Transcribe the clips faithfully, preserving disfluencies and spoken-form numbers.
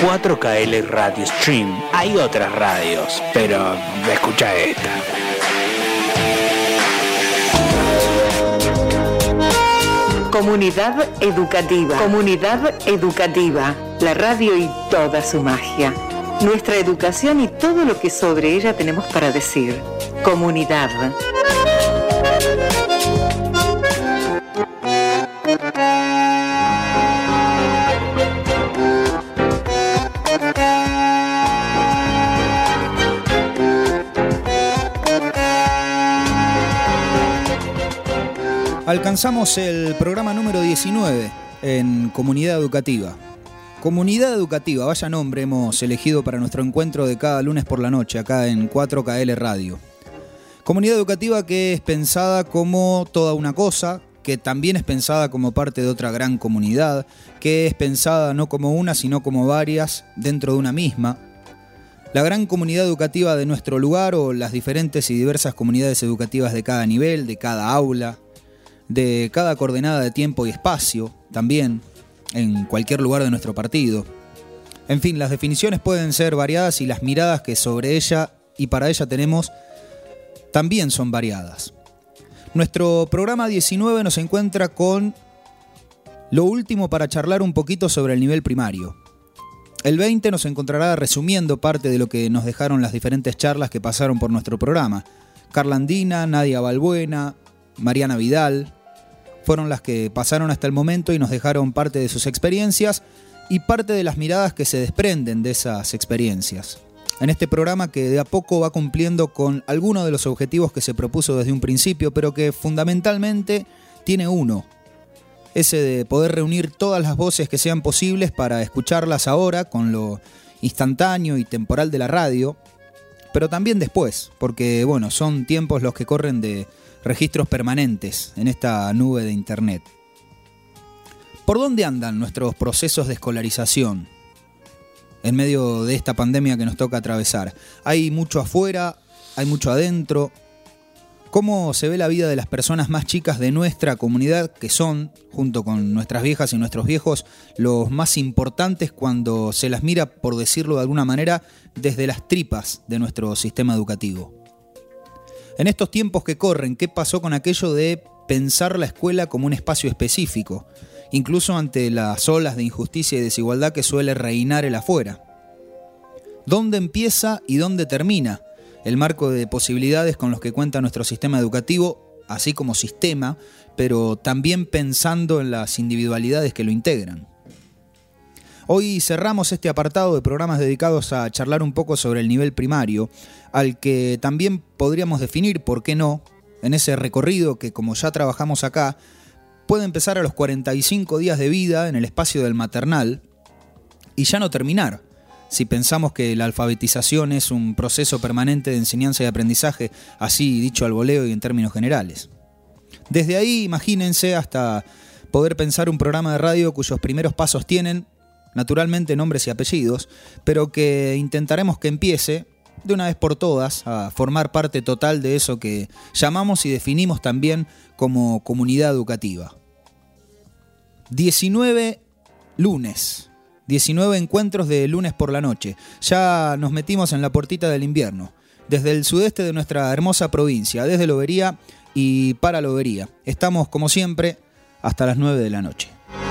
cuatro K L Radio Stream. Hay otras radios, pero escucha esta. Comunidad Educativa. Comunidad Educativa. La radio y toda su magia. Nuestra educación y todo lo que sobre ella tenemos para decir. Comunidad. Alcanzamos el programa número diecinueve en Comunidad Educativa. Comunidad Educativa, vaya nombre hemos elegido para nuestro encuentro de cada lunes por la noche, acá en cuatro K L Radio. Comunidad Educativa que es pensada como toda una cosa, que también es pensada como parte de otra gran comunidad, que es pensada no como una, sino como varias dentro de una misma. La gran comunidad educativa de nuestro lugar o las diferentes y diversas comunidades educativas de cada nivel, de cada aula, de cada coordenada de tiempo y espacio, también en cualquier lugar de nuestro partido. En fin, las definiciones pueden ser variadas y las miradas que sobre ella y para ella tenemos también son variadas. Nuestro programa diecinueve nos encuentra con lo último para charlar un poquito sobre el nivel primario. El veinte nos encontrará resumiendo parte de lo que nos dejaron las diferentes charlas que pasaron por nuestro programa. Carla Andina, Nadia Balbuena, Mariana Vidal, fueron las que pasaron hasta el momento y nos dejaron parte de sus experiencias y parte de las miradas que se desprenden de esas experiencias. En este programa que de a poco va cumpliendo con algunos de los objetivos que se propuso desde un principio, pero que fundamentalmente tiene uno, ese de poder reunir todas las voces que sean posibles para escucharlas ahora con lo instantáneo y temporal de la radio, pero también después, porque bueno, son tiempos los que corren de registros permanentes en esta nube de internet. ¿Por dónde andan nuestros procesos de escolarización en medio de esta pandemia que nos toca atravesar? Hay mucho afuera, hay mucho adentro. ¿Cómo se ve la vida de las personas más chicas de nuestra comunidad, que son, junto con nuestras viejas y nuestros viejos, los más importantes cuando se las mira, por decirlo de alguna manera, desde las tripas de nuestro sistema educativo? En estos tiempos que corren, ¿qué pasó con aquello de pensar la escuela como un espacio específico, incluso ante las olas de injusticia y desigualdad que suele reinar el afuera? ¿Dónde empieza y dónde termina el marco de posibilidades con los que cuenta nuestro sistema educativo, así como sistema, pero también pensando en las individualidades que lo integran? Hoy cerramos este apartado de programas dedicados a charlar un poco sobre el nivel primario, al que también podríamos definir, ¿por qué no?, en ese recorrido que, como ya trabajamos acá, puede empezar a los cuarenta y cinco días de vida en el espacio del maternal y ya no terminar, si pensamos que la alfabetización es un proceso permanente de enseñanza y aprendizaje, así dicho al voleo y en términos generales. Desde ahí, imagínense, hasta poder pensar un programa de radio cuyos primeros pasos tienen, naturalmente, nombres y apellidos, pero que intentaremos que empiece, de una vez por todas, a formar parte total de eso que llamamos y definimos también como comunidad educativa. diecinueve lunes, diecinueve encuentros de lunes por la noche. Ya nos metimos en la puertita del invierno, desde el sudeste de nuestra hermosa provincia, desde Lobería y para Lobería. Estamos, como siempre, hasta las nueve de la noche.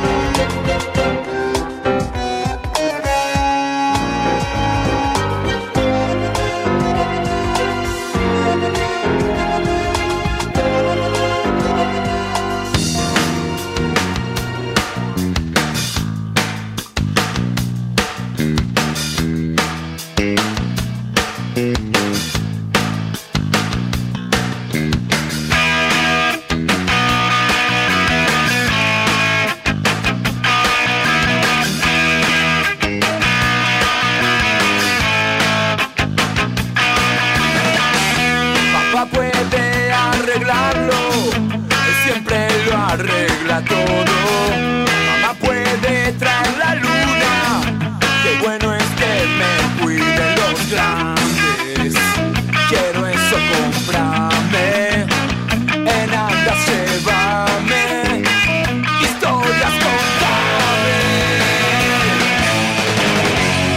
Arregla todo, mamá puede traer la luna, qué bueno es que me cuiden los grandes, quiero eso, cómprame, en andas llévame, historias contame.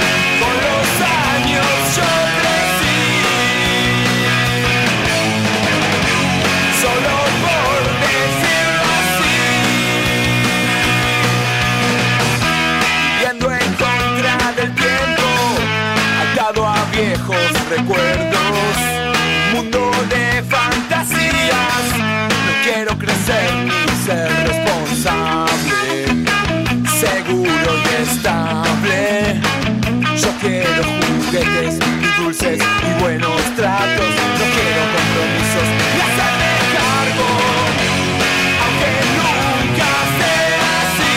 recuerdos, un mundo de fantasías. No quiero crecer ni ser responsable, seguro y estable. Yo quiero juguetes y dulces y buenos tratos. No quiero compromisos ni hacerme cargo, aunque nunca sea así.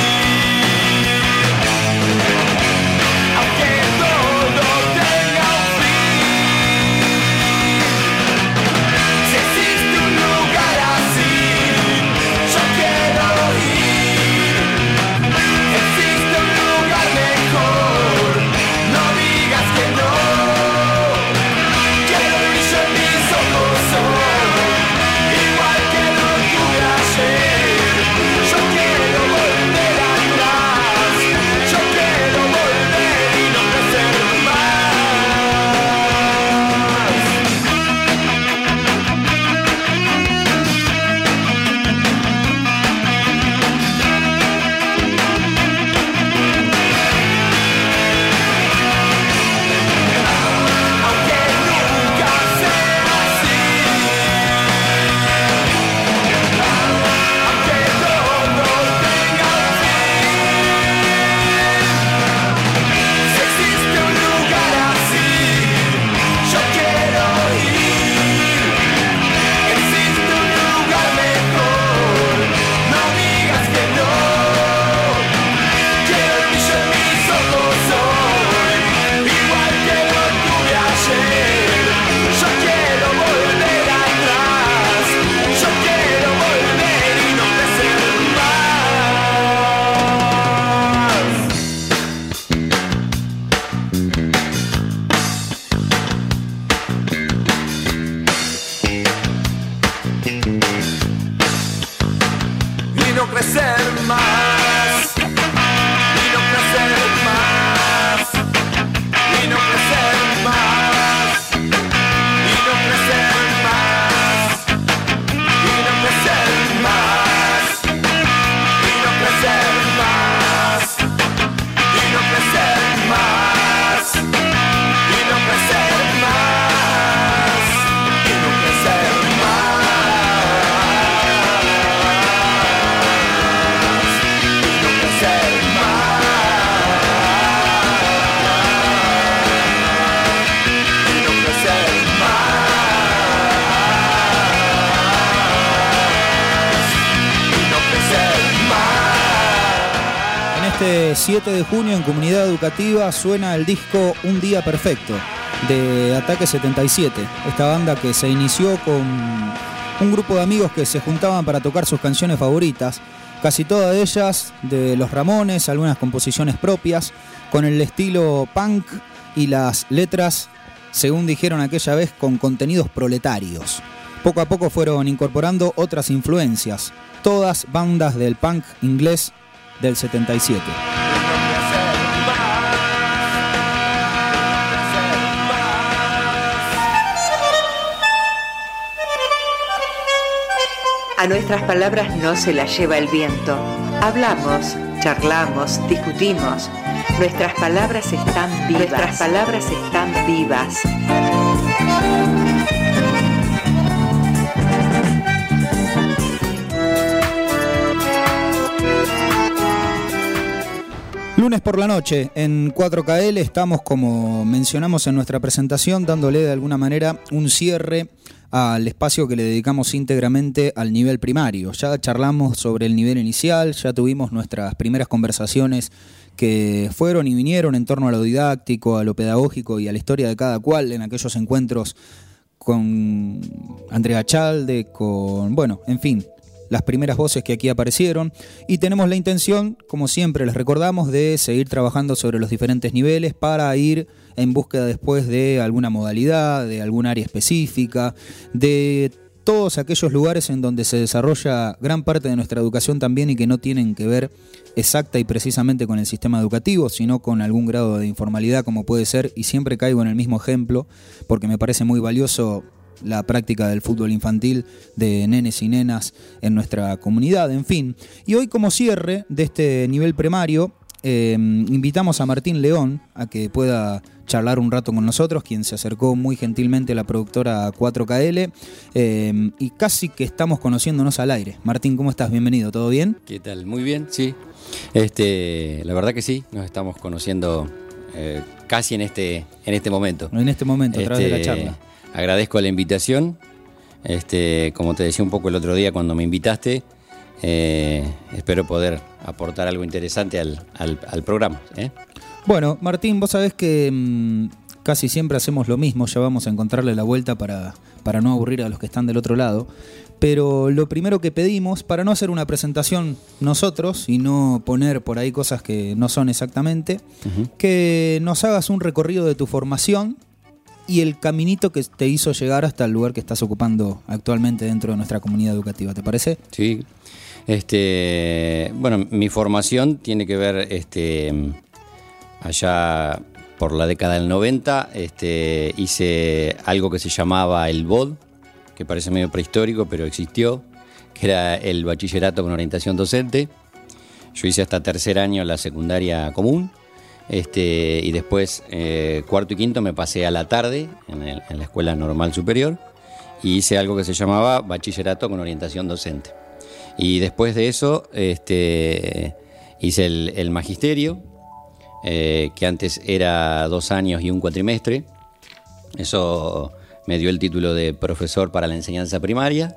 Aunque todo tenga un fin. Si existe un lugar así, yo quiero ir. Existe un lugar mejor, no digas que no. Quiero el brillo en mis ojos hoy, igual que lo tuve ayer. Yo quiero volver atrás, yo quiero volver y no crecer más. Aunque nunca sea así, aunque todo tenga un fin. Si existe un lugar así, yo quiero ir. Existe un lugar mejor, no digas que no. Quiero el brillo en mis ojos hoy, igual que lo tuve ayer. Yo quiero volver atrás, yo quiero volver y no crecer más. Y no crecer más. Y no crecer más. Y no crecer más. Y no crecer más. Y no crecer más. Y no crecer más. Y no crecer más. Y no crecer más. Y no crecer más. Y no crecer más. Y no crecer más. Y no crecer más. En este siete de junio en Comunidad Educativa suena el disco Un Día Perfecto de Ataque setenta y siete, esta banda que se inició con un grupo de amigos que se juntaban para tocar sus canciones favoritas, casi todas ellas de Los Ramones, algunas composiciones propias, con el estilo punk y las letras, según dijeron aquella vez, con contenidos proletarios. Poco a poco fueron incorporando otras influencias, todas bandas del punk inglés del setenta y siete. A nuestras palabras no se las lleva el viento. Hablamos, charlamos, discutimos. Nuestras palabras están vivas. Nuestras palabras están vivas. Lunes por la noche en cuatro K L estamos, como mencionamos en nuestra presentación, dándole de alguna manera un cierre al espacio que le dedicamos íntegramente al nivel primario. Ya charlamos sobre el nivel inicial, ya tuvimos nuestras primeras conversaciones que fueron y vinieron en torno a lo didáctico, a lo pedagógico y a la historia de cada cual en aquellos encuentros con Andrea Chalde, con, bueno, en fin, las primeras voces que aquí aparecieron, y tenemos la intención, como siempre les recordamos, de seguir trabajando sobre los diferentes niveles para ir en búsqueda después de alguna modalidad, de algún área específica, de todos aquellos lugares en donde se desarrolla gran parte de nuestra educación también y que no tienen que ver exacta y precisamente con el sistema educativo, sino con algún grado de informalidad, como puede ser, y siempre caigo en el mismo ejemplo porque me parece muy valioso la práctica del fútbol infantil de nenes y nenas en nuestra comunidad, en fin. Y hoy, como cierre de este nivel primario, eh, invitamos a Martín León a que pueda charlar un rato con nosotros, quien se acercó muy gentilmente a la productora cuatro K L, eh, y casi que estamos conociéndonos al aire. Martín, ¿cómo estás? Bienvenido, ¿todo bien? ¿Qué tal? Muy bien, sí. Este, la verdad que sí, nos estamos conociendo eh, casi en este, en este momento. En este momento, a este, través de la charla. Agradezco la invitación. Este, como te decía un poco el otro día cuando me invitaste, eh, espero poder aportar algo interesante al, al, al programa, ¿eh? Bueno, Martín, vos sabés que mmm, casi siempre hacemos lo mismo, ya vamos a encontrarle la vuelta para, para no aburrir a los que están del otro lado, pero lo primero que pedimos, para no hacer una presentación nosotros y no poner por ahí cosas que no son exactamente, uh-huh. que nos hagas un recorrido de tu formación y el caminito que te hizo llegar hasta el lugar que estás ocupando actualmente dentro de nuestra comunidad educativa, ¿te parece? Sí, este, bueno, mi formación tiene que ver, este, allá por la década del noventa, este, hice algo que se llamaba el B O D, que parece medio prehistórico, pero existió, que era el bachillerato con orientación docente. Yo hice hasta tercer año la secundaria común. Este, y después, eh, cuarto y quinto, me pasé a la tarde en, el, en la escuela normal superior y hice algo que se llamaba bachillerato con orientación docente. Y después de eso, este, hice el, el magisterio, eh, que antes era dos años y un cuatrimestre. Eso me dio el título de profesor para la enseñanza primaria.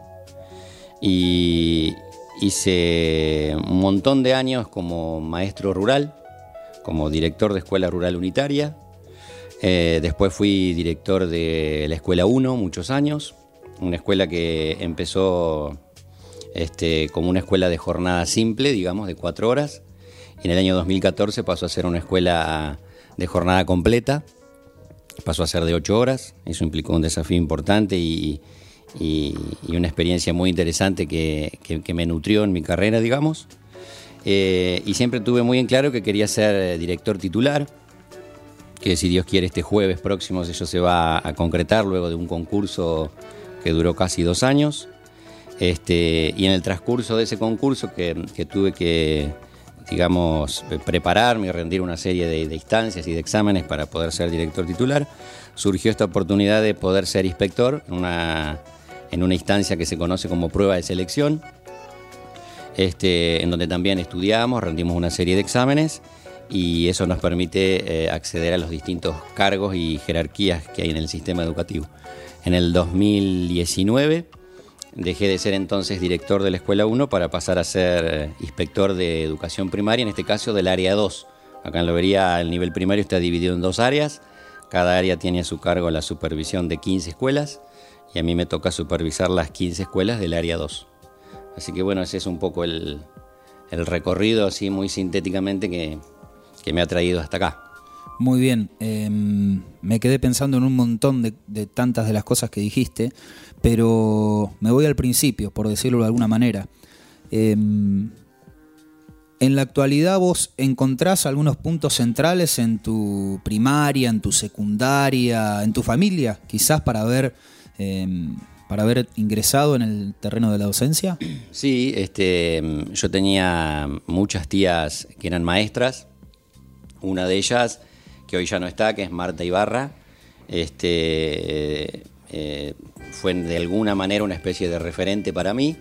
Y hice un montón de años como maestro rural, como director de escuela rural unitaria. Eh, después fui director de la escuela uno muchos años, una escuela que empezó este, como una escuela de jornada simple, digamos, de cuatro horas. Y en el año dos mil catorce pasó a ser una escuela de jornada completa, pasó a ser de ocho horas. Eso implicó un desafío importante y, y, y una experiencia muy interesante que, que, que me nutrió en mi carrera, digamos. Eh, y siempre tuve muy en claro que quería ser director titular, que si Dios quiere este jueves próximo eso se va a concretar luego de un concurso que duró casi dos años. Este, y en el transcurso de ese concurso que, que tuve que, digamos, prepararme y rendir una serie de, de instancias y de exámenes para poder ser director titular, surgió esta oportunidad de poder ser inspector en una, en una instancia que se conoce como prueba de selección. Este, en donde también estudiamos, rendimos una serie de exámenes y eso nos permite eh, acceder a los distintos cargos y jerarquías que hay en el sistema educativo. En el dos mil diecinueve dejé de ser entonces director de la Escuela uno para pasar a ser eh, inspector de educación primaria, en este caso del área dos. Acá en Lobería el nivel primario está dividido en dos áreas, cada área tiene a su cargo la supervisión de quince escuelas y a mí me toca supervisar las quince escuelas del área dos. Así que bueno, ese es un poco el, el recorrido, así muy sintéticamente, que, que me ha traído hasta acá. Muy bien, eh, me quedé pensando en un montón de, de tantas de las cosas que dijiste, pero me voy al principio, por decirlo de alguna manera. Eh, en la actualidad vos encontrás algunos puntos centrales en tu primaria, en tu secundaria, en tu familia, quizás para ver... Eh, para haber ingresado en el terreno de la docencia? Sí, este, yo tenía muchas tías que eran maestras. Una de ellas, que hoy ya no está, que es Marta Ibarra, este, eh, fue de alguna manera una especie de referente para mí.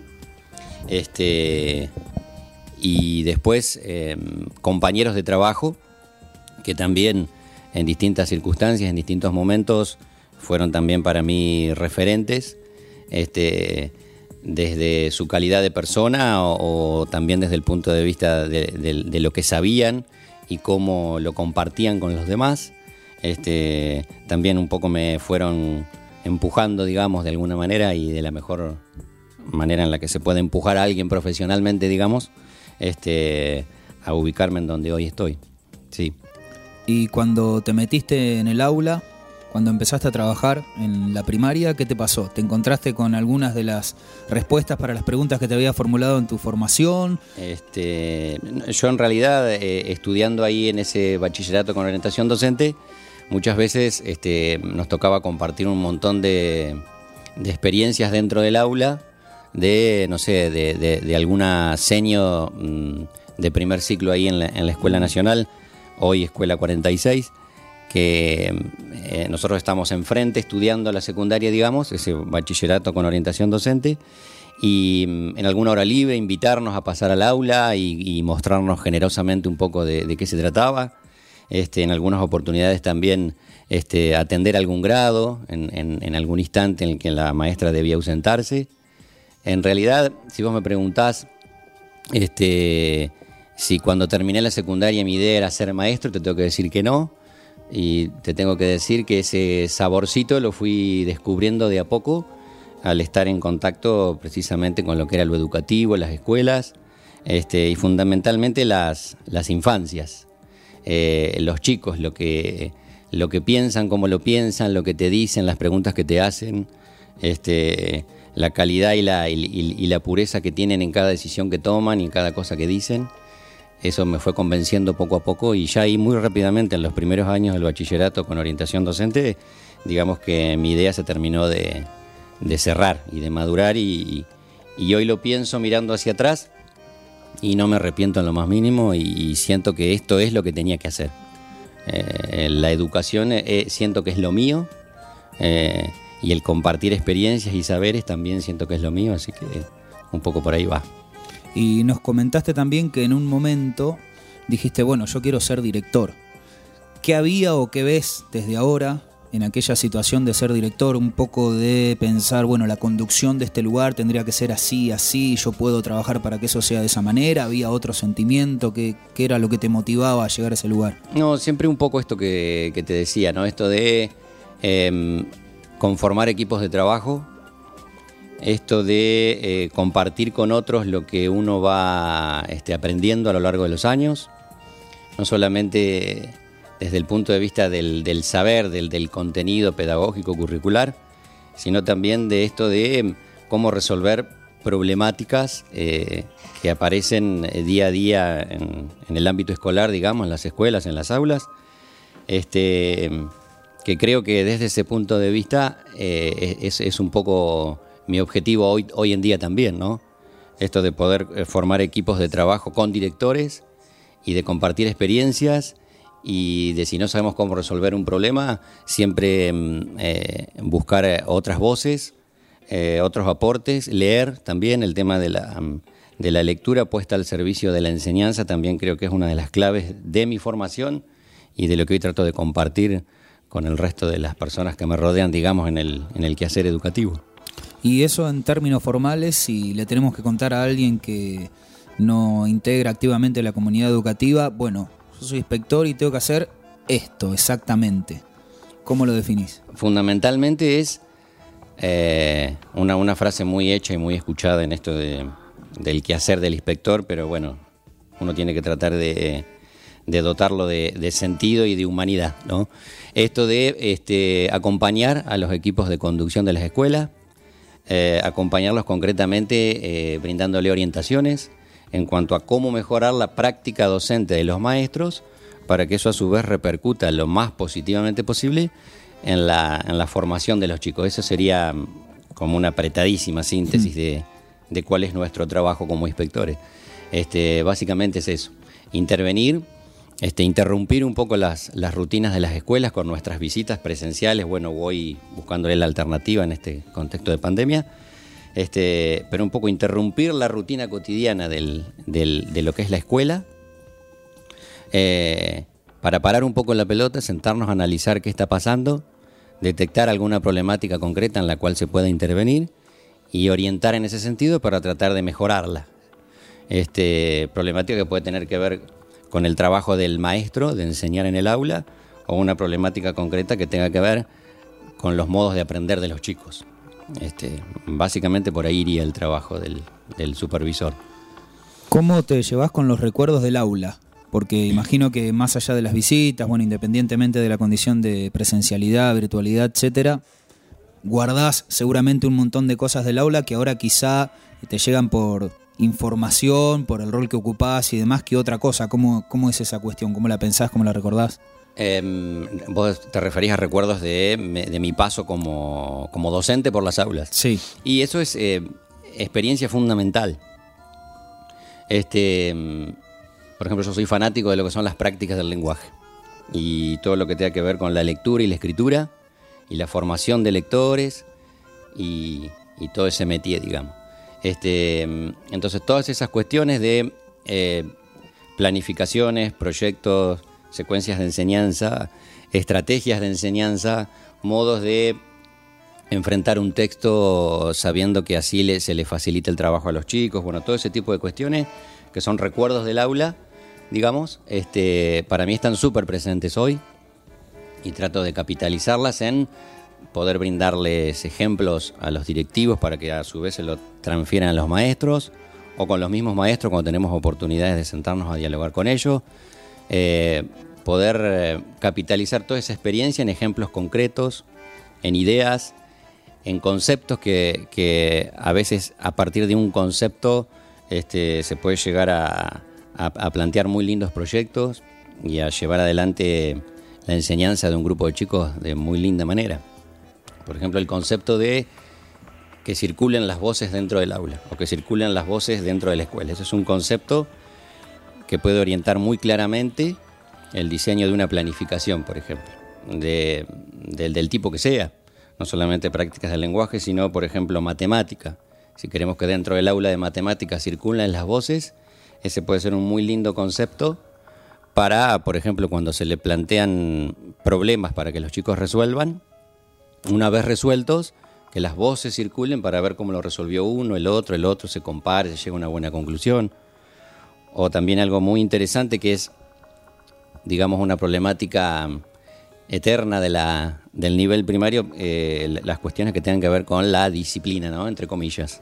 Este, y después eh, compañeros de trabajo que también en distintas circunstancias, en distintos momentos, fueron también para mí referentes. Este, desde su calidad de persona o, o también desde el punto de vista de, de, de lo que sabían y cómo lo compartían con los demás. Este, también un poco me fueron empujando, digamos, de alguna manera y de la mejor manera en la que se puede empujar a alguien profesionalmente, digamos, este, a ubicarme en donde hoy estoy. Sí. Y cuando te metiste en el aula, cuando empezaste a trabajar en la primaria, ¿qué te pasó? ¿Te encontraste con algunas de las respuestas para las preguntas que te había formulado en tu formación? Este, yo en realidad, eh, estudiando ahí en ese bachillerato con orientación docente, muchas veces este, nos tocaba compartir un montón de, de experiencias dentro del aula, de, no sé, de, de, de alguna senio, de primer ciclo ahí en la, en la Escuela Nacional, hoy Escuela cuarenta y seis, que eh, nosotros estamos enfrente estudiando la secundaria, digamos, ese bachillerato con orientación docente, y en alguna hora libre invitarnos a pasar al aula y, y mostrarnos generosamente un poco de, de qué se trataba. Este, en algunas oportunidades también este, atender algún grado, en, en, en algún instante en el que la maestra debía ausentarse. En realidad, si vos me preguntás este, si cuando terminé la secundaria mi idea era ser maestro, te tengo que decir que no. Y te tengo que decir que ese saborcito lo fui descubriendo de a poco al estar en contacto precisamente con lo que era lo educativo, las escuelas, este, y fundamentalmente las, las infancias. Eh, los chicos, lo que, lo que piensan, cómo lo piensan, lo que te dicen, las preguntas que te hacen, este, la calidad y la, y, y la pureza que tienen en cada decisión que toman y en cada cosa que dicen. Eso me fue convenciendo poco a poco y ya ahí muy rápidamente en los primeros años del bachillerato con orientación docente, digamos que mi idea se terminó de, de cerrar y de madurar y, y hoy lo pienso mirando hacia atrás y no me arrepiento en lo más mínimo y, y siento que esto es lo que tenía que hacer. Eh, la educación eh, siento que es lo mío eh, y el compartir experiencias y saberes también siento que es lo mío, así que un poco por ahí va. Y nos comentaste también que en un momento dijiste, bueno, yo quiero ser director. ¿Qué había o qué ves desde ahora en aquella situación de ser director? Un poco de pensar, bueno, la conducción de este lugar tendría que ser así, así, yo puedo trabajar para que eso sea de esa manera. ¿Había otro sentimiento? ¿Qué, qué era lo que te motivaba a llegar a ese lugar? No, siempre un poco esto que, que te decía, ¿no? Esto de eh, conformar equipos de trabajo. Esto de eh, compartir con otros lo que uno va este, aprendiendo a lo largo de los años, no solamente desde el punto de vista del, del saber, del, del contenido pedagógico curricular, sino también de esto de cómo resolver problemáticas eh, que aparecen día a día en, en el ámbito escolar, digamos, en las escuelas, en las aulas, este, que creo que desde ese punto de vista eh, es, es un poco mi objetivo hoy, hoy en día también, ¿no? Esto de poder formar equipos de trabajo con directores y de compartir experiencias y de si no sabemos cómo resolver un problema, siempre eh, buscar otras voces, eh, otros aportes, leer también el tema de la, de la lectura puesta al servicio de la enseñanza, también creo que es una de las claves de mi formación y de lo que hoy trato de compartir con el resto de las personas que me rodean, digamos, en el, en el quehacer educativo. Y eso en términos formales, si le tenemos que contar a alguien que no integra activamente la comunidad educativa, bueno, yo soy inspector y tengo que hacer esto exactamente. ¿Cómo lo definís? Fundamentalmente es eh, una, una frase muy hecha y muy escuchada en esto de, del quehacer del inspector, pero bueno, uno tiene que tratar de, de dotarlo de, de sentido y de humanidad, ¿no? Esto de este, acompañar a los equipos de conducción de las escuelas, Eh, acompañarlos concretamente eh, brindándole orientaciones en cuanto a cómo mejorar la práctica docente de los maestros para que eso a su vez repercuta lo más positivamente posible en la, en la formación de los chicos. Eso sería como una apretadísima síntesis de, de cuál es nuestro trabajo como inspectores. Este, básicamente es eso, intervenir, este, interrumpir un poco las, las rutinas de las escuelas con nuestras visitas presenciales. Bueno, voy buscándole la alternativa en este contexto de pandemia, este, pero un poco interrumpir la rutina cotidiana del, del, de lo que es la escuela, eh, para parar un poco la pelota, sentarnos a analizar qué está pasando, detectar alguna problemática concreta en la cual se pueda intervenir y orientar en ese sentido para tratar de mejorarla. Este, problemática que puede tener que ver con el trabajo del maestro, de enseñar en el aula, o una problemática concreta que tenga que ver con los modos de aprender de los chicos. Este, básicamente por ahí iría el trabajo del, del supervisor. ¿Cómo te llevas con los recuerdos del aula? Porque imagino que más allá de las visitas, bueno, independientemente de la condición de presencialidad, virtualidad, etcétera, guardás seguramente un montón de cosas del aula que ahora quizá te llegan por información, por el rol que ocupás y demás, que otra cosa. ¿Cómo, cómo es esa cuestión? ¿Cómo la pensás? ¿Cómo la recordás? Eh, vos te referís a recuerdos de, de mi paso como, como docente por las aulas. Sí. Y eso es eh, experiencia fundamental. Este, Por ejemplo, yo soy fanático de lo que son las prácticas del lenguaje y todo lo que tenga que ver con la lectura y la escritura y la formación de lectores y, y todo ese métier, digamos. Este, entonces, todas esas cuestiones de eh, planificaciones, proyectos, secuencias de enseñanza, estrategias de enseñanza, modos de enfrentar un texto sabiendo que así le, se le facilita el trabajo a los chicos, bueno, todo ese tipo de cuestiones que son recuerdos del aula, digamos, este, para mí están súper presentes hoy y trato de capitalizarlas en poder brindarles ejemplos a los directivos para que a su vez se lo transfieran a los maestros o con los mismos maestros cuando tenemos oportunidades de sentarnos a dialogar con ellos, eh, poder eh, capitalizar toda esa experiencia en ejemplos concretos, en ideas, en conceptos que, que a veces a partir de un concepto este, se puede llegar a, a, a plantear muy lindos proyectos y a llevar adelante la enseñanza de un grupo de chicos de muy linda manera. Por ejemplo, el concepto de que circulen las voces dentro del aula o que circulen las voces dentro de la escuela. Ese es un concepto que puede orientar muy claramente el diseño de una planificación, por ejemplo, de, de, del tipo que sea. No solamente prácticas del lenguaje, sino, por ejemplo, matemática. Si queremos que dentro del aula de matemáticas circulen las voces, ese puede ser un muy lindo concepto para, por ejemplo, cuando se le plantean problemas para que los chicos resuelvan, una vez resueltos, que las voces circulen para ver cómo lo resolvió uno, el otro, el otro, se compare, se llega a una buena conclusión. O también algo muy interesante que es, digamos, una problemática eterna de la, del nivel primario, eh, las cuestiones que tengan que ver con la disciplina, ¿no? Entre comillas.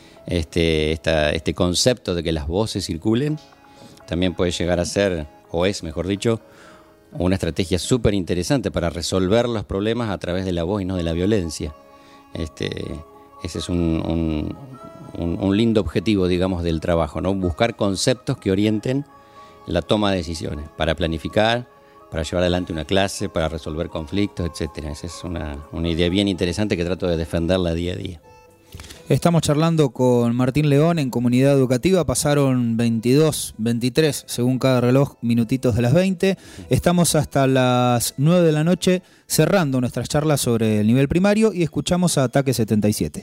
Este, esta, este concepto de que las voces circulen también puede llegar a ser, o es, mejor dicho, una estrategia súper interesante para resolver los problemas a través de la voz y no de la violencia. Este, ese es un, un, un, un lindo objetivo, digamos, del trabajo, ¿no? Buscar conceptos que orienten la toma de decisiones para planificar, para llevar adelante una clase, para resolver conflictos, etcétera. Esa es una, una idea bien interesante que trato de defenderla día a día. Estamos charlando con Martín León en Comunidad Educativa. Pasaron veintidós, veintitrés, según cada reloj, minutitos de las veinte. Estamos hasta las nueve de la noche cerrando nuestras charlas sobre el nivel primario y escuchamos a Ataque setenta y siete.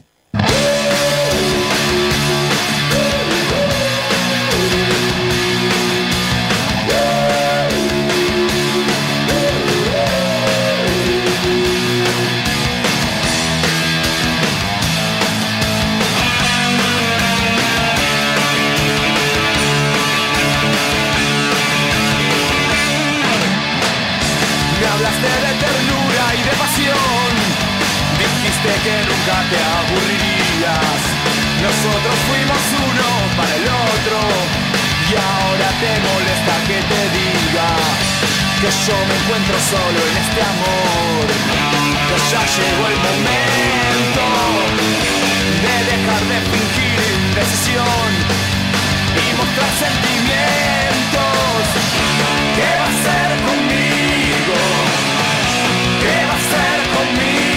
Que nunca te aburrirías. Nosotros fuimos uno para el otro y ahora te molesta que te diga que yo me encuentro solo en este amor, que ya llegó el momento de dejar de fingir indecisión y mostrar sentimientos. ¿Qué va a hacer conmigo? ¿Qué va a hacer conmigo?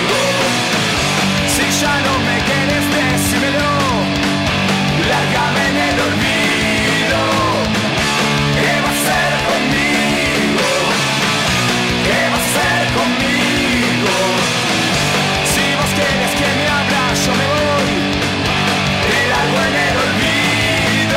Ya no me quieres, decímelo, lárgame en el olvido. ¿Qué va a hacer conmigo? ¿Qué va a hacer conmigo? Si vos quieres que me hablas, yo me voy, te largo en el olvido.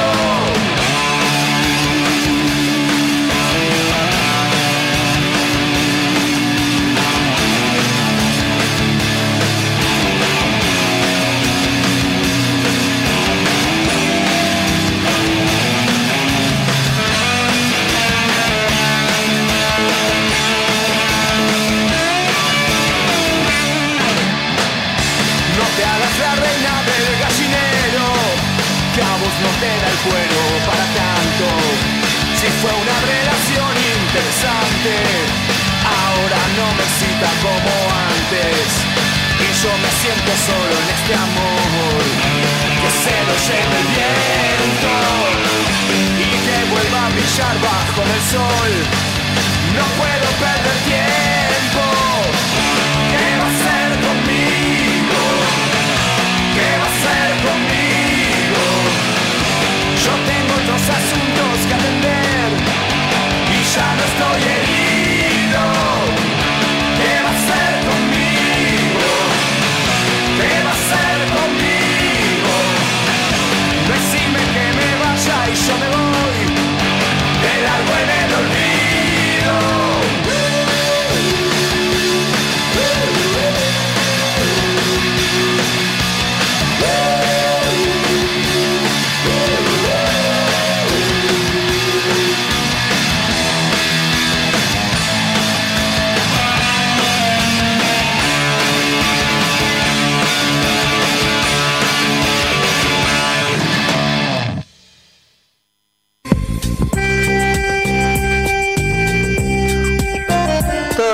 No te da el cuero para tanto. Si fue una relación interesante, ahora no me excita como antes. Y yo me siento solo en este amor, que se lo lleve el viento y que vuelva a brillar bajo el sol. No puedo perder tiempo. ¿Qué va a hacer conmigo? ¿Qué va a hacer conmigo? Yo tengo otros asuntos que atender.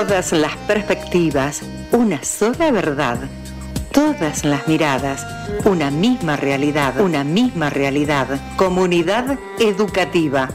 Todas las perspectivas, una sola verdad. Todas las miradas, una misma realidad, una misma realidad. Comunidad educativa.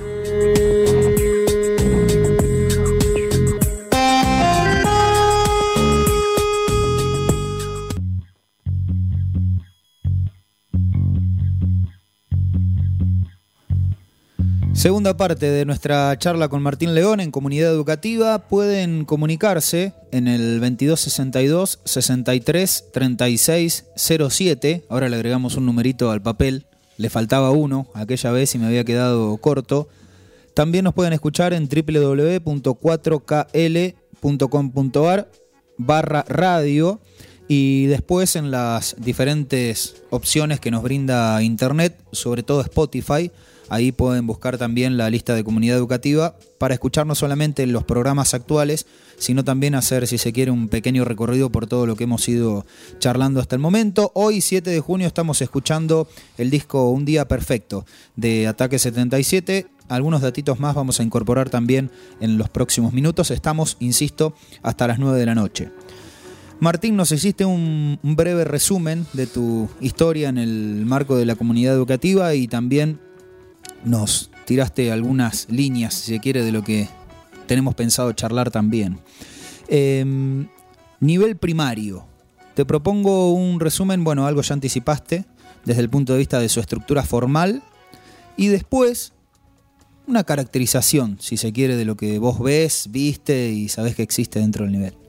Segunda parte de nuestra charla con Martín León en Comunidad Educativa. Pueden comunicarse en el veintidós sesenta y dos, sesenta y tres, treinta y seis cero siete. Ahora le agregamos un numerito al papel. Le faltaba uno aquella vez y me había quedado corto. También nos pueden escuchar en doble u doble u doble u punto cuatro k l punto com punto a r barra radio y después en las diferentes opciones que nos brinda Internet, sobre todo Spotify. Ahí pueden buscar también la lista de Comunidad Educativa para escuchar no solamente los programas actuales, sino también hacer, si se quiere, un pequeño recorrido por todo lo que hemos ido charlando hasta el momento. Hoy, siete de junio, estamos escuchando el disco Un Día Perfecto de Ataque setenta y siete. Algunos datitos más vamos a incorporar también en los próximos minutos. Estamos, insisto, hasta las nueve de la noche. Martín, nos hiciste un, un breve resumen de tu historia en el marco de la comunidad educativa y también nos tiraste algunas líneas, si se quiere, de lo que tenemos pensado charlar también. Eh, nivel primario. Te propongo un resumen, bueno, algo ya anticipaste, desde el punto de vista de su estructura formal, y después una caracterización, si se quiere, de lo que vos ves, viste y sabés que existe dentro del nivel.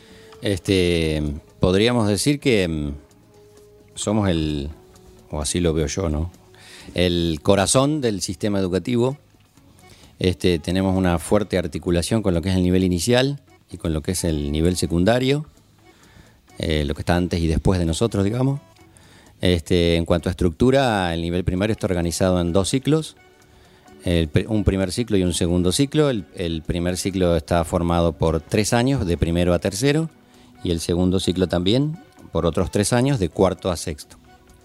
Este, podríamos decir que somos el, o así lo veo yo, ¿no?, el corazón del sistema educativo. Este, tenemos una fuerte articulación con lo que es el nivel inicial y con lo que es el nivel secundario, eh, lo que está antes y después de nosotros, digamos. Este, en cuanto a estructura, el nivel primario está organizado en dos ciclos, el, un primer ciclo y un segundo ciclo. El, el primer ciclo está formado por tres años, de primero a tercero, y el segundo ciclo también por otros tres años, de cuarto a sexto.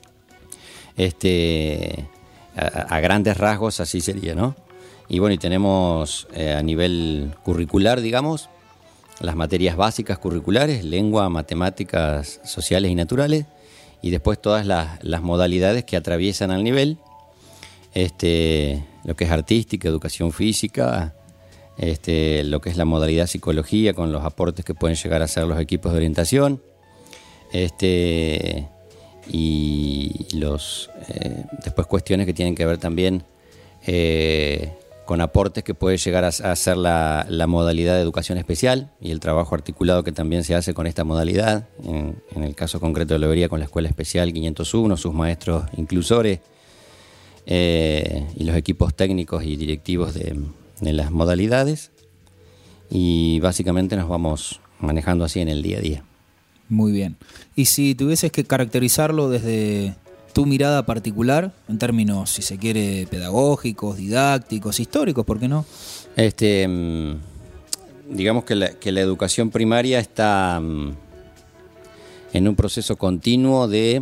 Este, a, a grandes rasgos así sería, ¿no? Y bueno, y tenemos eh, a nivel curricular, digamos, las materias básicas curriculares, lengua, matemáticas, sociales y naturales, y después todas las, las modalidades que atraviesan al nivel, este, lo que es artística, educación física, este, lo que es la modalidad psicología, con los aportes que pueden llegar a hacer los equipos de orientación, este... y los eh, después cuestiones que tienen que ver también eh, con aportes que puede llegar a, a hacer la, la modalidad de educación especial y el trabajo articulado que también se hace con esta modalidad, en, en el caso concreto lo vería con la Escuela Especial quinientos uno, sus maestros inclusores eh, y los equipos técnicos y directivos de, de las modalidades, y básicamente nos vamos manejando así en el día a día. Muy bien. Y si tuvieses que caracterizarlo desde tu mirada particular, en términos, si se quiere, pedagógicos, didácticos, históricos, ¿por qué no? Este, digamos que la, que la educación primaria está en un proceso continuo de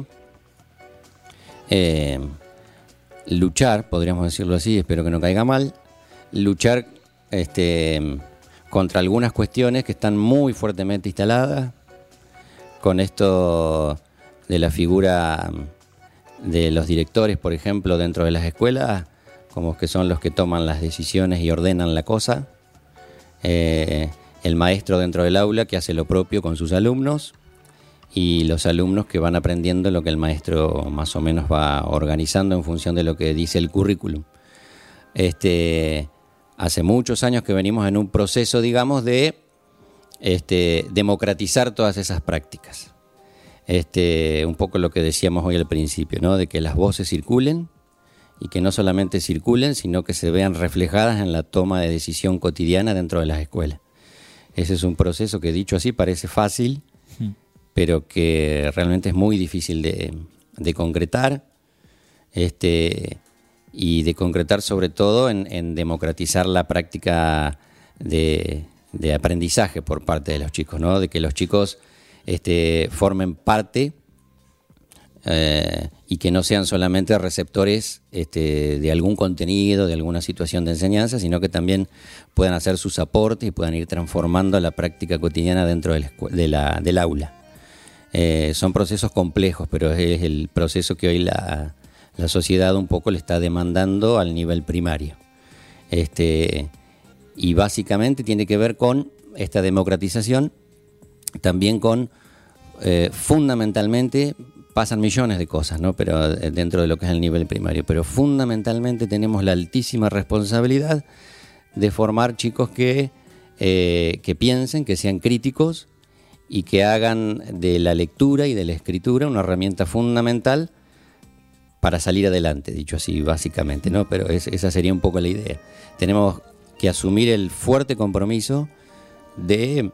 eh, luchar, podríamos decirlo así, espero que no caiga mal, luchar este, contra algunas cuestiones que están muy fuertemente instaladas, con esto de la figura de los directores, por ejemplo, dentro de las escuelas, como que son los que toman las decisiones y ordenan la cosa. Eh, el maestro dentro del aula que hace lo propio con sus alumnos, y los alumnos que van aprendiendo lo que el maestro más o menos va organizando en función de lo que dice el currículum. Este, hace muchos años que venimos en un proceso, digamos, de Este, democratizar todas esas prácticas. Este, un poco lo que decíamos hoy al principio, ¿no?, de que las voces circulen y que no solamente circulen, sino que se vean reflejadas en la toma de decisión cotidiana dentro de las escuelas. Ese es un proceso que, dicho así, parece fácil, sí, pero que realmente es muy difícil de, de concretar, este, y de concretar sobre todo en, en democratizar la práctica de de aprendizaje por parte de los chicos, ¿no? De que los chicos este, formen parte eh, y que no sean solamente receptores este, de algún contenido, de alguna situación de enseñanza, sino que también puedan hacer sus aportes y puedan ir transformando la práctica cotidiana dentro de la escu- de la, del aula. Eh, son procesos complejos, pero es el proceso que hoy la, la sociedad un poco le está demandando al nivel primario. Este, y básicamente tiene que ver con esta democratización, también con, eh, fundamentalmente, pasan millones de cosas, ¿no? Pero dentro de lo que es el nivel primario, pero fundamentalmente tenemos la altísima responsabilidad de formar chicos que, eh, que piensen, que sean críticos y que hagan de la lectura y de la escritura una herramienta fundamental para salir adelante, dicho así básicamente, ¿no? Pero es, esa sería un poco la idea. Tenemos que asumir el fuerte compromiso de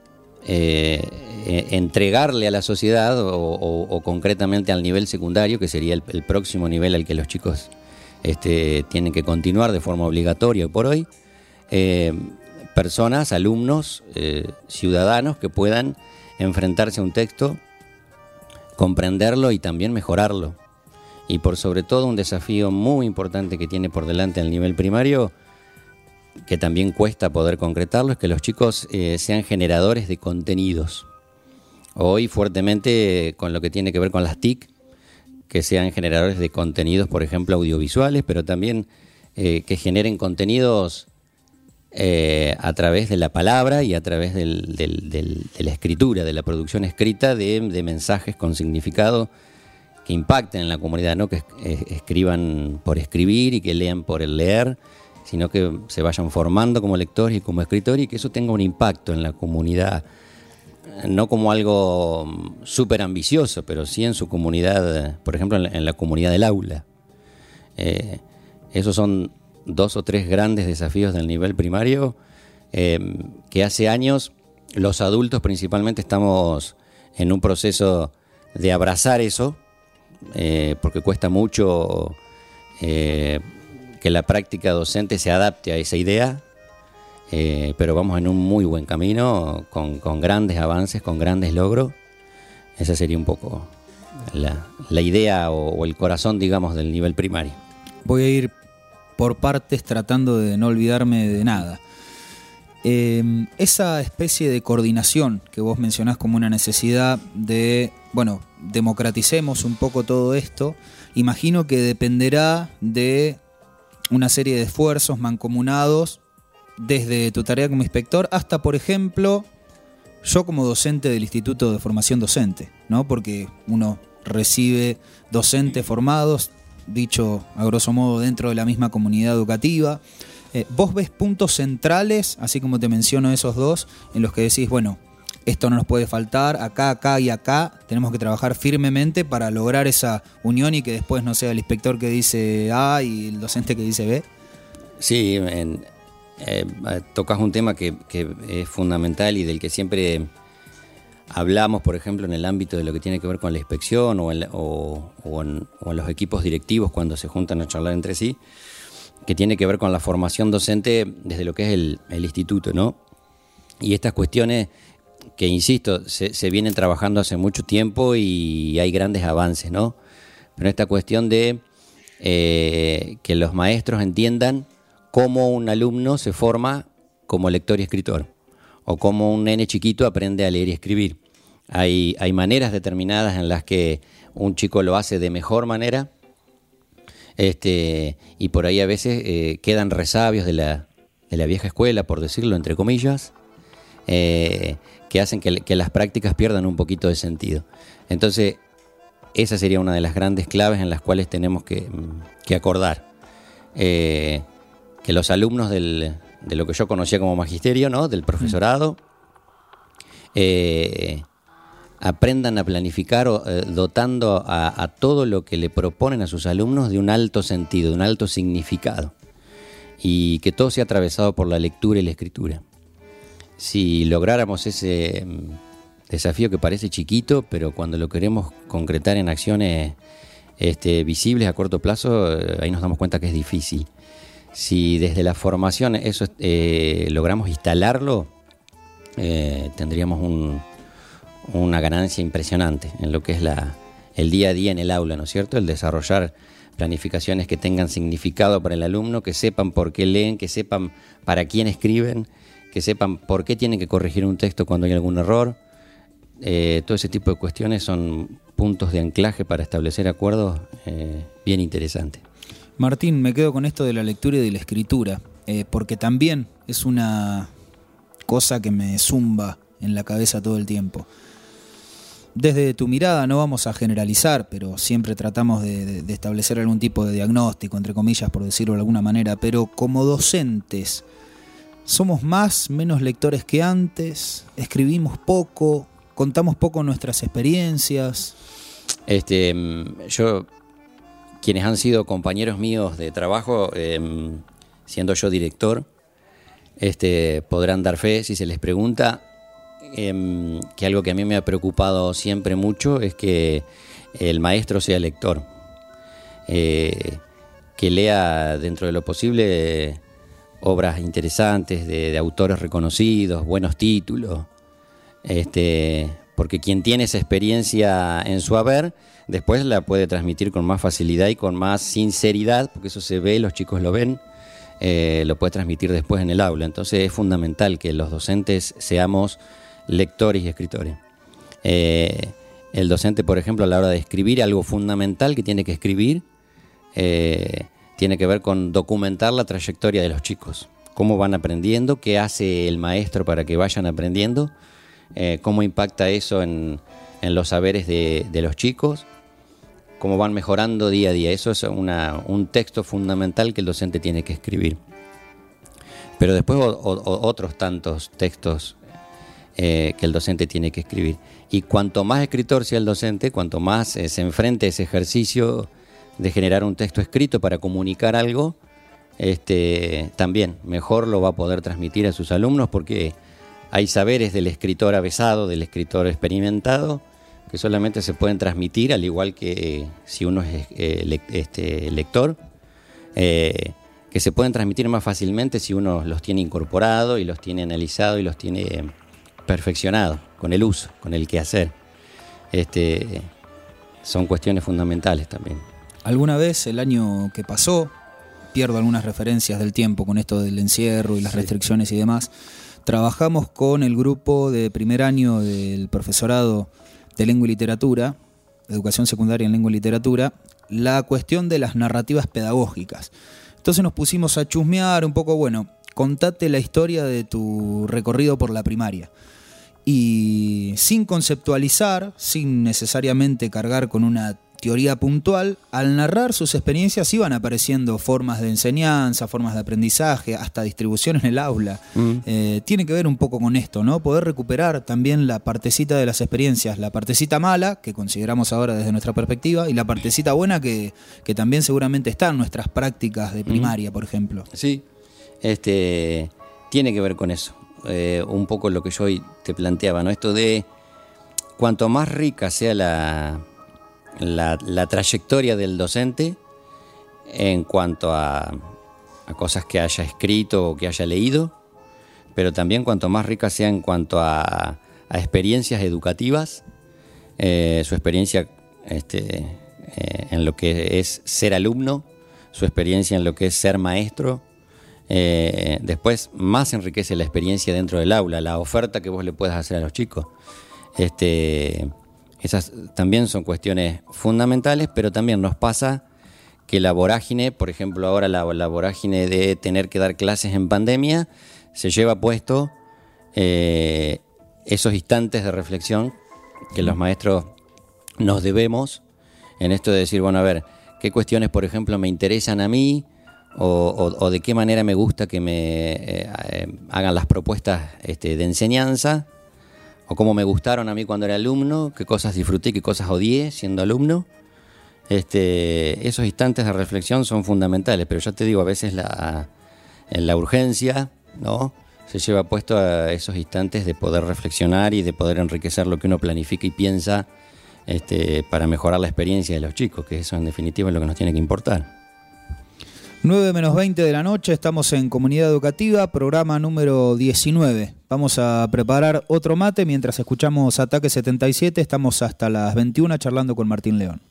eh, eh, entregarle a la sociedad o, o, o concretamente al nivel secundario, que sería el, el próximo nivel al que los chicos este, tienen que continuar de forma obligatoria hoy por hoy, eh, personas, alumnos, eh, ciudadanos que puedan enfrentarse a un texto, comprenderlo y también mejorarlo. Y por sobre todo un desafío muy importante que tiene por delante al nivel primario, que también cuesta poder concretarlo, es que los chicos eh, sean generadores de contenidos. Hoy fuertemente con lo que tiene que ver con las T I C, que sean generadores de contenidos, por ejemplo, audiovisuales, pero también eh, que generen contenidos eh, a través de la palabra y a través del, del, del, de la escritura, de la producción escrita de, de mensajes con significado que impacten en la comunidad, no que es, escriban por escribir y que lean por el leer, sino que se vayan formando como lectores y como escritores y que eso tenga un impacto en la comunidad, no como algo súper ambicioso, pero sí en su comunidad, por ejemplo, en la, en la comunidad del aula. Eh, esos son dos o tres grandes desafíos del nivel primario eh, que hace años los adultos principalmente estamos en un proceso de abrazar eso, eh, porque cuesta mucho eh, que la práctica docente se adapte a esa idea, eh, pero vamos en un muy buen camino, con, con grandes avances, con grandes logros. Esa sería un poco la, la idea o, o el corazón, digamos, del nivel primario. Voy a ir por partes tratando de no olvidarme de nada. Eh, esa especie de coordinación que vos mencionás como una necesidad de, bueno, democraticemos un poco todo esto, imagino que dependerá de una serie de esfuerzos mancomunados desde tu tarea como inspector hasta, por ejemplo, yo como docente del Instituto de Formación Docente, ¿no? Porque uno recibe docentes formados, dicho a grosso modo, dentro de la misma comunidad educativa. Eh, ¿Vos ves puntos centrales, así como te menciono esos dos, en los que decís, bueno, esto no nos puede faltar, acá, acá y acá tenemos que trabajar firmemente para lograr esa unión y que después no sea el inspector que dice A y el docente que dice B? Sí, en, eh, tocas un tema que, que es fundamental y del que siempre hablamos, por ejemplo, en el ámbito de lo que tiene que ver con la inspección o en, o, o en, o en los equipos directivos cuando se juntan a charlar entre sí, que tiene que ver con la formación docente desde lo que es el, el instituto, ¿no? Y estas cuestiones que, insisto, se, se vienen trabajando hace mucho tiempo y hay grandes avances, ¿no? Pero esta cuestión de eh, que los maestros entiendan cómo un alumno se forma como lector y escritor, o cómo un nene chiquito aprende a leer y escribir. Hay, hay maneras determinadas en las que un chico lo hace de mejor manera, este, y por ahí a veces eh, quedan resabios de la, de la vieja escuela, por decirlo entre comillas, eh, que hacen que, que las prácticas pierdan un poquito de sentido. Entonces, esa sería una de las grandes claves en las cuales tenemos que, que acordar. Eh, que los alumnos del, de lo que yo conocía como magisterio, ¿no? Del profesorado, eh, aprendan a planificar eh, dotando a, a todo lo que le proponen a sus alumnos de un alto sentido, de un alto significado, y que todo sea atravesado por la lectura y la escritura. Si lográramos ese desafío que parece chiquito, pero cuando lo queremos concretar en acciones este, visibles a corto plazo, eh, ahí nos damos cuenta que es difícil. Si desde la formación eso eh, logramos instalarlo, eh, tendríamos un, una ganancia impresionante en lo que es la, el día a día en el aula, ¿no es cierto? El desarrollar planificaciones que tengan significado para el alumno, que sepan por qué leen, que sepan para quién escriben, que sepan por qué tienen que corregir un texto cuando hay algún error. Eh, todo ese tipo de cuestiones son puntos de anclaje para establecer acuerdos eh, bien interesantes. Martín, me quedo con esto de la lectura y de la escritura, eh, porque también es una cosa que me zumba en la cabeza todo el tiempo. Desde tu mirada, no vamos a generalizar, pero siempre tratamos de, de, de establecer algún tipo de diagnóstico, entre comillas, por decirlo de alguna manera, pero como docentes, ¿somos más, menos lectores que antes? ¿Escribimos poco? ¿Contamos poco nuestras experiencias? Este, yo, quienes han sido compañeros míos de trabajo, eh, siendo yo director, este, podrán dar fe si se les pregunta. Eh, que algo que a mí me ha preocupado siempre mucho es que el maestro sea lector, eh, que lea dentro de lo posible eh, obras interesantes de, de autores reconocidos, buenos títulos, este, porque quien tiene esa experiencia en su haber después la puede transmitir con más facilidad y con más sinceridad, porque eso se ve, los chicos lo ven, eh, lo puede transmitir después en el aula. Entonces es fundamental que los docentes seamos lectores y escritores. Eh, el docente, por ejemplo, a la hora de escribir, algo fundamental que tiene que escribir, eh, tiene que ver con documentar la trayectoria de los chicos. Cómo van aprendiendo, qué hace el maestro para que vayan aprendiendo, eh, cómo impacta eso en, en los saberes de, de los chicos, cómo van mejorando día a día. Eso es una, un texto fundamental que el docente tiene que escribir. Pero después o, o, otros tantos textos Eh, que el docente tiene que escribir. Y cuanto más escritor sea el docente, cuanto más eh, se enfrente a ese ejercicio de generar un texto escrito para comunicar algo, este, también mejor lo va a poder transmitir a sus alumnos, porque hay saberes del escritor avesado, del escritor experimentado, que solamente se pueden transmitir, al igual que eh, si uno es eh, le, este, lector, eh, que se pueden transmitir más fácilmente si uno los tiene incorporado y los tiene analizado y los tiene eh, perfeccionado con el uso, con el quehacer. Este, son cuestiones fundamentales también. ¿Alguna vez el año que pasó, pierdo algunas referencias del tiempo con esto del encierro y las sí. restricciones y demás, trabajamos con el grupo de primer año del profesorado de lengua y literatura, educación secundaria en lengua y literatura, la cuestión de las narrativas pedagógicas? Entonces nos pusimos a chusmear un poco, bueno, contate la historia de tu recorrido por la primaria. Y sin conceptualizar, sin necesariamente cargar con una teoría puntual, al narrar sus experiencias iban apareciendo formas de enseñanza, formas de aprendizaje, hasta distribución en el aula. Mm. Eh, tiene que ver un poco con esto, ¿no? Poder recuperar también la partecita de las experiencias, la partecita mala, que consideramos ahora desde nuestra perspectiva, y la partecita buena que, que también seguramente está en nuestras prácticas de primaria, mm. por ejemplo. Sí, este, tiene que ver con eso. Eh, un poco lo que yo hoy te planteaba, ¿no? Esto de cuanto más rica sea la, la, la trayectoria del docente en cuanto a, a cosas que haya escrito o que haya leído, pero también cuanto más rica sea en cuanto a, a experiencias educativas, eh, su experiencia este, eh, en lo que es ser alumno, su experiencia en lo que es ser maestro. Eh, después más enriquece la experiencia dentro del aula, la oferta que vos le puedas hacer a los chicos. Este, esas también son cuestiones fundamentales, pero también nos pasa que la vorágine, por ejemplo ahora la, la vorágine de tener que dar clases en pandemia, se lleva puesto eh, esos instantes de reflexión que los maestros nos debemos, en esto de decir, bueno, a ver, ¿qué cuestiones, por ejemplo, me interesan a mí? O, o, o de qué manera me gusta que me eh, eh, hagan las propuestas este, de enseñanza, o cómo me gustaron a mí cuando era alumno, qué cosas disfruté, qué cosas odié siendo alumno. Este, esos instantes de reflexión son fundamentales, pero ya te digo, a veces la, la urgencia, ¿no?, se lleva puesto a esos instantes de poder reflexionar y de poder enriquecer lo que uno planifica y piensa este, para mejorar la experiencia de los chicos, que eso en definitiva es lo que nos tiene que importar. nueve menos veinte de la noche, estamos en Comunidad Educativa, programa número diecinueve. Vamos a preparar otro mate mientras escuchamos Ataque setenta y siete. Estamos hasta las veintiuna charlando con Martín León.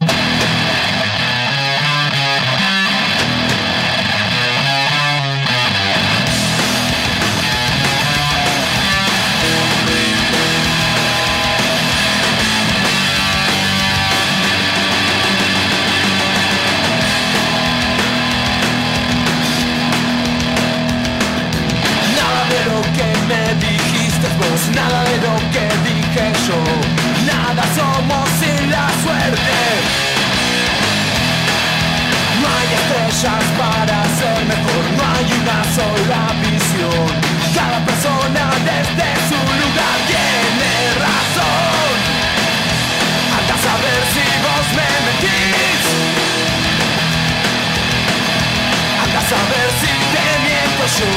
Nada de lo que dije yo, nada somos sin la suerte. No hay estrellas para ser mejor, no hay una sola visión. Cada persona desde su lugar tiene razón. Anda a saber si vos me mentís, anda a saber si te miento yo.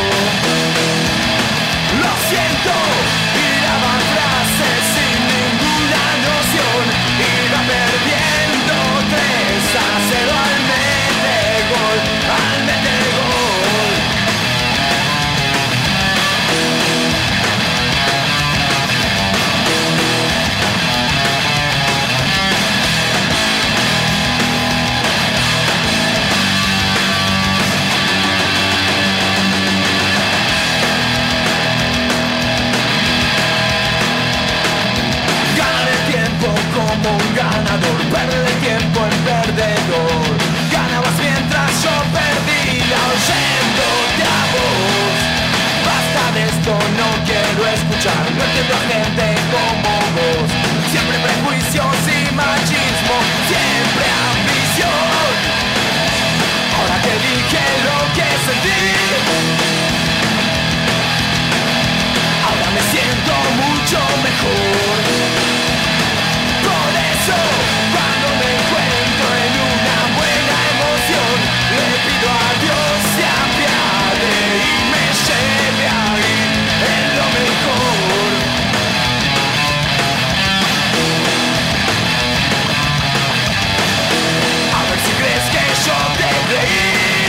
Lo siento, tiraban frases sin ninguna noción. Iba perdiendo tres a cero al metegol, al metegol. Como un ganador, perder el tiempo en perdedor. Ganabas mientras yo perdía oyéndote a vos. Basta de esto, no quiero escuchar. No entiendo a gente como vos. Siempre prejuicios y machismo, siempre ambición. Ahora te dije lo que sentí, ahora me siento mucho mejor. Cuando me encuentro en una buena emoción, le pido a Dios se apiade y me lleve ahí en lo mejor. A ver si crees que yo te creí.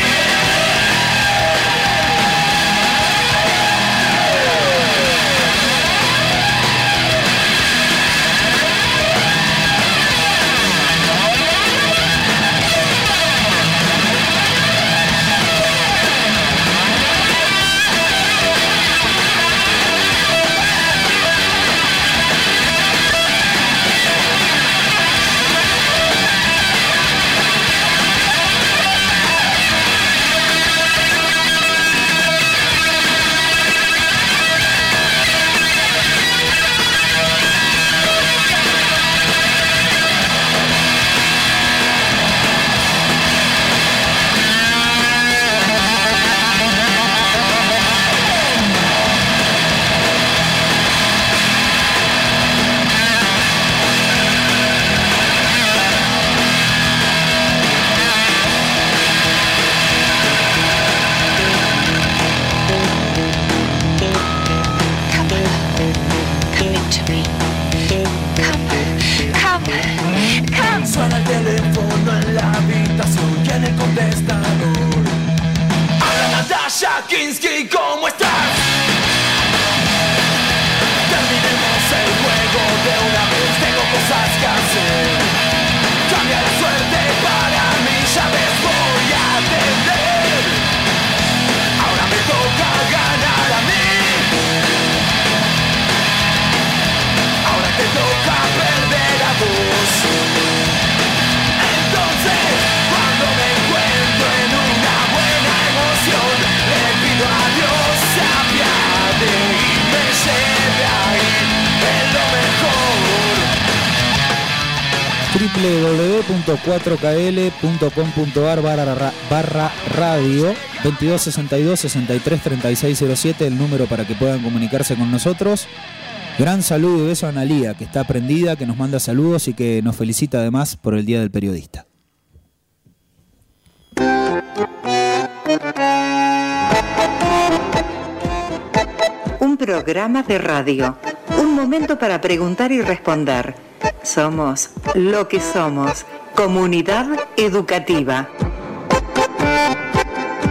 Suena el teléfono en la habitación y en el contestador. Hola Natasha Kinski, ¿cómo estás? Terminemos el juego de una vez, tengo cosas que hacer. Cambia la suerte para mí, ya ves, voy a atender. Ahora me toca ganar a mí, ahora te toca perder a vos. Cuando me encuentro en una buena emoción, le pido a Dios se apiade y me lleve ahí en lo mejor. doble u doble u doble u punto cuatro k l punto com punto a r barra, barra radio veintidós sesenta y dos sesenta y tres treinta y seis cero siete, el número para que puedan comunicarse con nosotros. Gran saludo y beso a Analía, que está prendida, que nos manda saludos y que nos felicita además por el Día del Periodista. Un programa de radio, un momento para preguntar y responder. Somos lo que somos, Comunidad Educativa.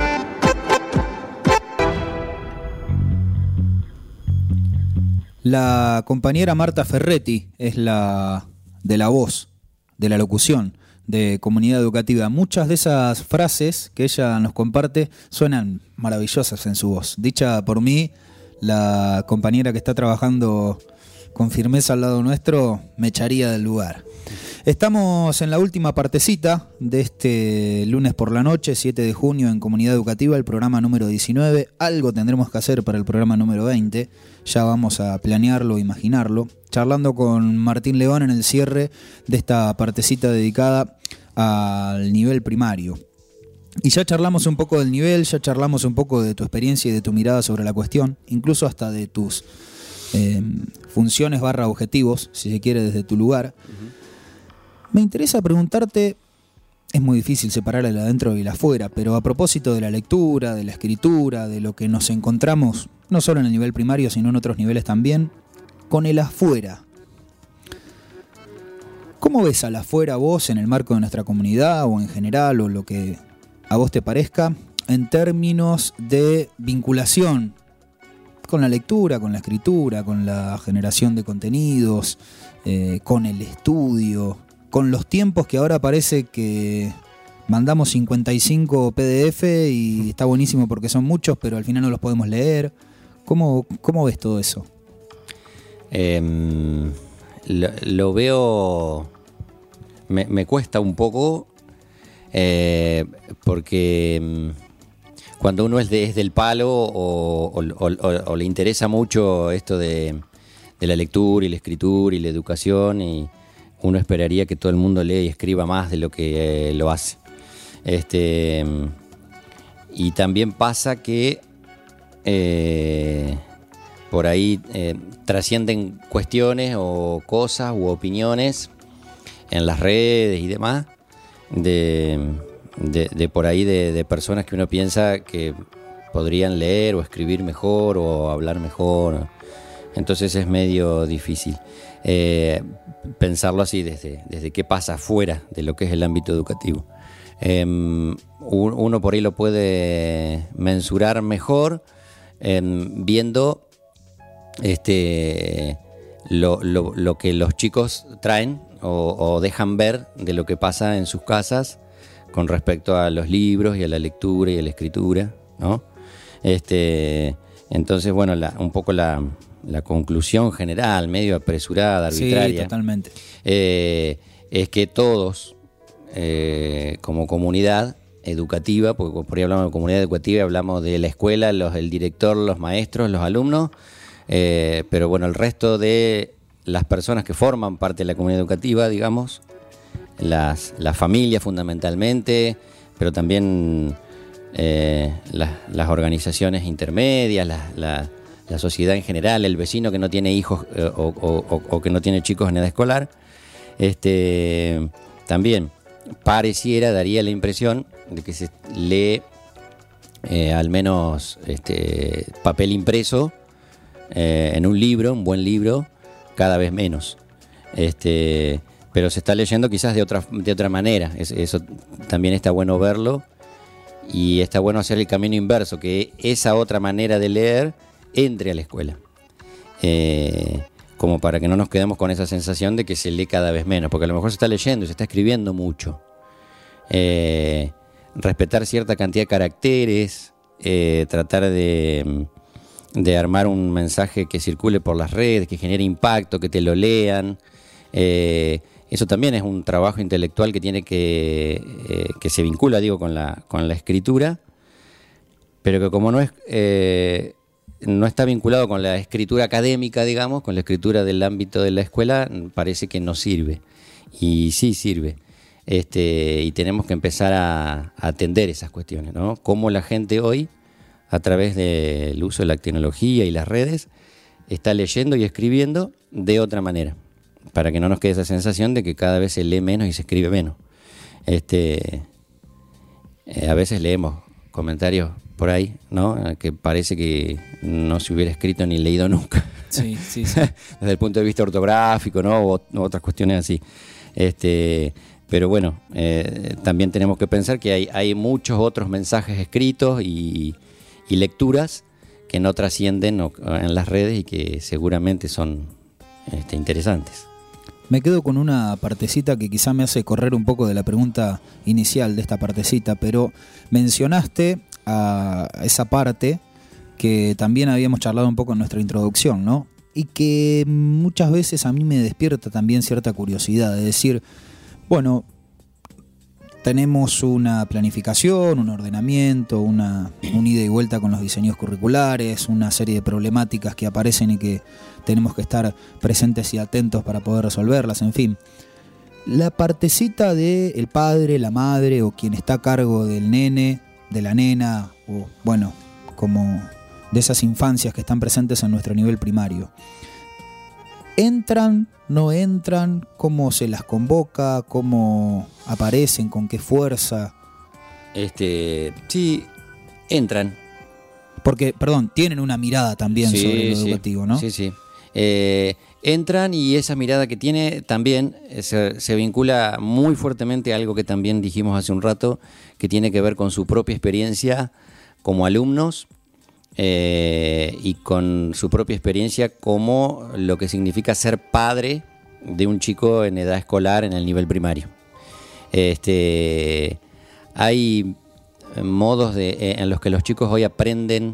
La compañera Marta Ferretti es la de la voz, de la locución de Comunidad Educativa. Muchas de esas frases que ella nos comparte suenan maravillosas en su voz. Dicha por mí, la compañera que está trabajando con firmeza al lado nuestro me echaría del lugar. Estamos en la última partecita de este lunes por la noche, siete de junio, en Comunidad Educativa, el programa número diecinueve. Algo tendremos que hacer para el programa número veinte. Ya vamos a planearlo, imaginarlo. Charlando con Martín León en el cierre de esta partecita dedicada al nivel primario. Y ya charlamos un poco del nivel, ya charlamos un poco de tu experiencia y de tu mirada sobre la cuestión, incluso hasta de tus eh, funciones barra objetivos, si se quiere, desde tu lugar. Uh-huh. Me interesa preguntarte, es muy difícil separar el adentro y el afuera, pero a propósito de la lectura, de la escritura, de lo que nos encontramos, no solo en el nivel primario, sino en otros niveles también, con el afuera. ¿Cómo ves al afuera vos en el marco de nuestra comunidad o en general o lo que a vos te parezca en términos de vinculación con la lectura, con la escritura, con la generación de contenidos, eh, con el estudio, con los tiempos que ahora parece que mandamos cincuenta y cinco P D F y está buenísimo porque son muchos, pero al final no los podemos leer? ¿Cómo, cómo ves todo eso? Eh, lo, lo veo... Me, me cuesta un poco eh, porque cuando uno es, de, es del palo o, o, o, o le interesa mucho esto de, de la lectura y la escritura y la educación, y uno esperaría que todo el mundo lea y escriba más de lo que eh, lo hace. Este, y también pasa que eh, por ahí eh, trascienden cuestiones o cosas u opiniones en las redes y demás de, de, de por ahí de, de personas que uno piensa que podrían leer o escribir mejor o hablar mejor. Entonces es medio difícil eh, pensarlo así desde, desde qué pasa fuera de lo que es el ámbito educativo. Eh, uno por ahí lo puede mensurar mejor eh, viendo este, lo, lo, lo que los chicos traen o, o dejan ver de lo que pasa en sus casas con respecto a los libros y a la lectura y a la escritura, ¿no? Este, entonces, bueno, la, un poco la... la conclusión general, medio apresurada, arbitraria, sí, totalmente, eh, es que todos, eh, como comunidad educativa, porque por ahí hablamos de comunidad educativa y hablamos de la escuela, los, el director, los maestros, los alumnos, eh, pero bueno, el resto de las personas que forman parte de la comunidad educativa, digamos, las, las familias fundamentalmente, pero también eh, las, las organizaciones intermedias, las... las la sociedad en general, el vecino que no tiene hijos eh, o, o, o que no tiene chicos en edad escolar, este, también pareciera, daría la impresión de que se lee eh, al menos este, papel impreso eh, en un libro, un buen libro, cada vez menos. Este, pero se está leyendo quizás de otra, de otra manera. Es, eso también está bueno verlo, y está bueno hacer el camino inverso, que esa otra manera de leer entre a la escuela, eh, como para que no nos quedemos con esa sensación de que se lee cada vez menos, porque a lo mejor se está leyendo y se está escribiendo mucho. Eh, respetar cierta cantidad de caracteres, eh, tratar de, de armar un mensaje que circule por las redes, que genere impacto, que te lo lean. Eh, eso también es un trabajo intelectual que tiene que, eh, que se vincula, digo, con la, con la escritura, pero que como no es... Eh, no está vinculado con la escritura académica, digamos, con la escritura del ámbito de la escuela, parece que no sirve. Y sí sirve. Este, y tenemos que empezar a, a atender esas cuestiones, ¿no? Cómo la gente hoy, a través del uso de la tecnología y las redes, está leyendo y escribiendo de otra manera, para que no nos quede esa sensación de que cada vez se lee menos y se escribe menos. Este, eh, a veces leemos comentarios por ahí, ¿no? Que parece que no se hubiera escrito ni leído nunca. Sí, sí, sí. Desde el punto de vista ortográfico, ¿no? O, o otras cuestiones así. Este, pero bueno, eh, también tenemos que pensar que hay, hay muchos otros mensajes escritos y, y lecturas que no trascienden o, en las redes y que seguramente son este, interesantes. Me quedo con una partecita que quizá me hace correr un poco de la pregunta inicial de esta partecita, pero mencionaste a esa parte que también habíamos charlado un poco en nuestra introducción, ¿no? Y que muchas veces a mí me despierta también cierta curiosidad, de decir, bueno, tenemos una planificación, un ordenamiento, una, un ida y vuelta con los diseños curriculares, una serie de problemáticas que aparecen y que tenemos que estar presentes y atentos para poder resolverlas, en fin. La partecita de el padre, la madre o quien está a cargo del nene, de la nena, o bueno, como de esas infancias que están presentes en nuestro nivel primario. ¿Entran? ¿No entran? ¿Cómo se las convoca? ¿Cómo aparecen? ¿Con qué fuerza? Este, sí, entran. Porque, perdón, tienen una mirada también sí, sobre lo sí, educativo, ¿no? Sí, sí. Eh, entran y esa mirada que tiene también se, se vincula muy fuertemente a algo que también dijimos hace un rato, que tiene que ver con su propia experiencia como alumnos. Eh, y con su propia experiencia como lo que significa ser padre de un chico en edad escolar en el nivel primario. Este, hay modos de, en los que los chicos hoy aprenden,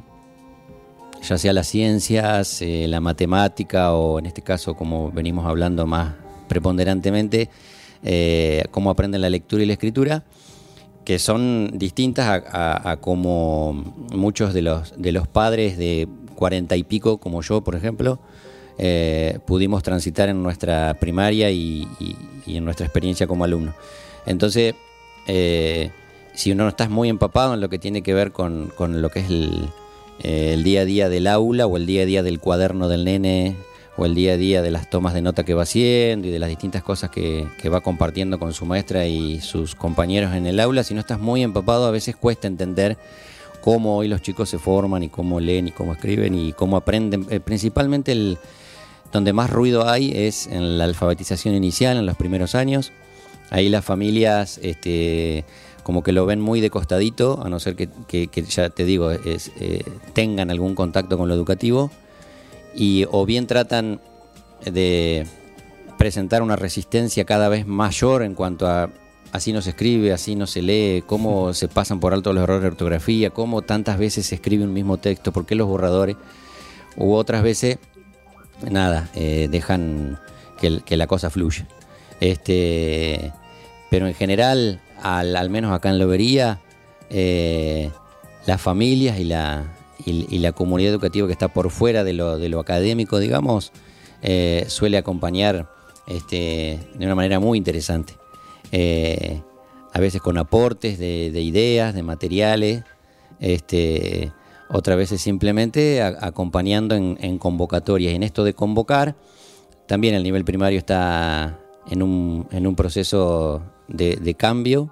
ya sea las ciencias, eh, la matemática o en este caso, como venimos hablando más preponderantemente, eh, cómo aprenden la lectura y la escritura, que son distintas a, a, a como muchos de los, de los padres de cuarenta y pico, como yo, por ejemplo, eh, pudimos transitar en nuestra primaria y, y, y en nuestra experiencia como alumno. Entonces, eh, si uno no está muy empapado en lo que tiene que ver con, con lo que es el, eh, el día a día del aula o el día a día del cuaderno del nene, o el día a día de las tomas de nota que va haciendo y de las distintas cosas que, que va compartiendo con su maestra y sus compañeros en el aula, si no estás muy empapado a veces cuesta entender cómo hoy los chicos se forman y cómo leen y cómo escriben y cómo aprenden. Eh, principalmente el, donde más ruido hay es en la alfabetización inicial, en los primeros años. Ahí las familias este, como que lo ven muy de costadito, a no ser que, que, que ya te digo, es, eh, tengan algún contacto con lo educativo. Y o bien tratan de presentar una resistencia cada vez mayor en cuanto a así no se escribe, así no se lee, cómo se pasan por alto los errores de ortografía, cómo tantas veces se escribe un mismo texto, por qué los borradores, u otras veces, nada, eh, dejan que, que la cosa fluya. Este, pero en general, al, al menos acá en Lobería, eh, las familias y la... Y, y la comunidad educativa que está por fuera de lo, de lo académico, digamos, eh, suele acompañar este, de una manera muy interesante. Eh, a veces con aportes de, de ideas, de materiales, este, otras veces simplemente a, acompañando en, en convocatorias. Y en esto de convocar, también el nivel primario está en un, en un proceso de, de cambio,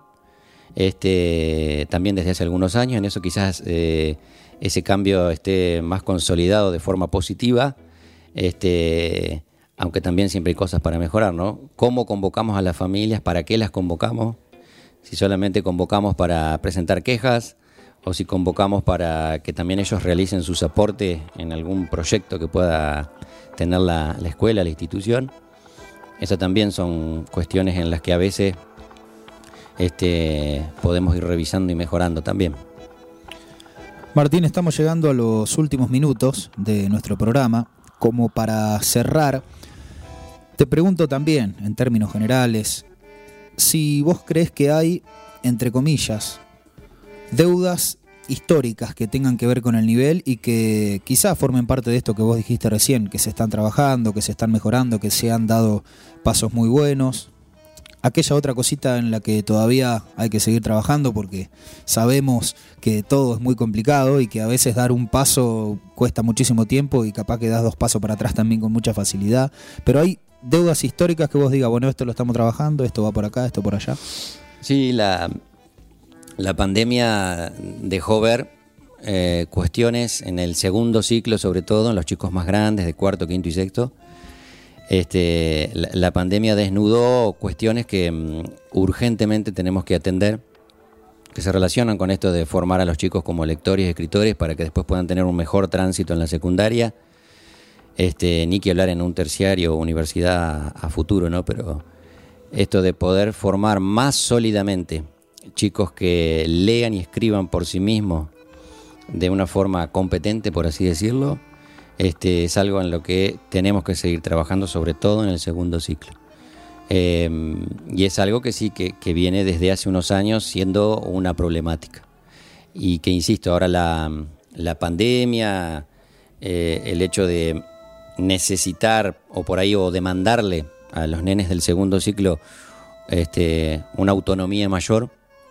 este, también desde hace algunos años. En eso quizás... Eh, ese cambio esté más consolidado de forma positiva, este, aunque también siempre hay cosas para mejorar, ¿no? ¿Cómo convocamos a las familias? ¿Para qué las convocamos? Si solamente convocamos para presentar quejas o si convocamos para que también ellos realicen sus aportes en algún proyecto que pueda tener la, la escuela, la institución. Esas también son cuestiones en las que a veces este, podemos ir revisando y mejorando también. Martín, estamos llegando a los últimos minutos de nuestro programa. Como para cerrar, te pregunto también, en términos generales, si vos crees que hay, entre comillas, deudas históricas que tengan que ver con el nivel y que quizás formen parte de esto que vos dijiste recién, que se están trabajando, que se están mejorando, que se han dado pasos muy buenos. Aquella otra cosita en la que todavía hay que seguir trabajando porque sabemos que todo es muy complicado y que a veces dar un paso cuesta muchísimo tiempo y capaz que das dos pasos para atrás también con mucha facilidad. Pero hay deudas históricas que vos digas, bueno, esto lo estamos trabajando, esto va por acá, esto por allá. Sí, la, la pandemia dejó ver eh, cuestiones en el segundo ciclo, sobre todo en los chicos más grandes, de cuarto, quinto y sexto. Este, la, la pandemia desnudó cuestiones que um, urgentemente tenemos que atender, que se relacionan con esto de formar a los chicos como lectores y escritores para que después puedan tener un mejor tránsito en la secundaria. Este, ni que hablar en un terciario o universidad a, a futuro, ¿no? Pero esto de poder formar más sólidamente chicos que lean y escriban por sí mismos de una forma competente, por así decirlo, este, es algo en lo que tenemos que seguir trabajando, sobre todo en el segundo ciclo. Eh, y es algo que sí, que, que viene desde hace unos años siendo una problemática. Y que, insisto, ahora la, la pandemia, eh, el hecho de necesitar o por ahí o demandarle a los nenes del segundo ciclo este, una autonomía mayor,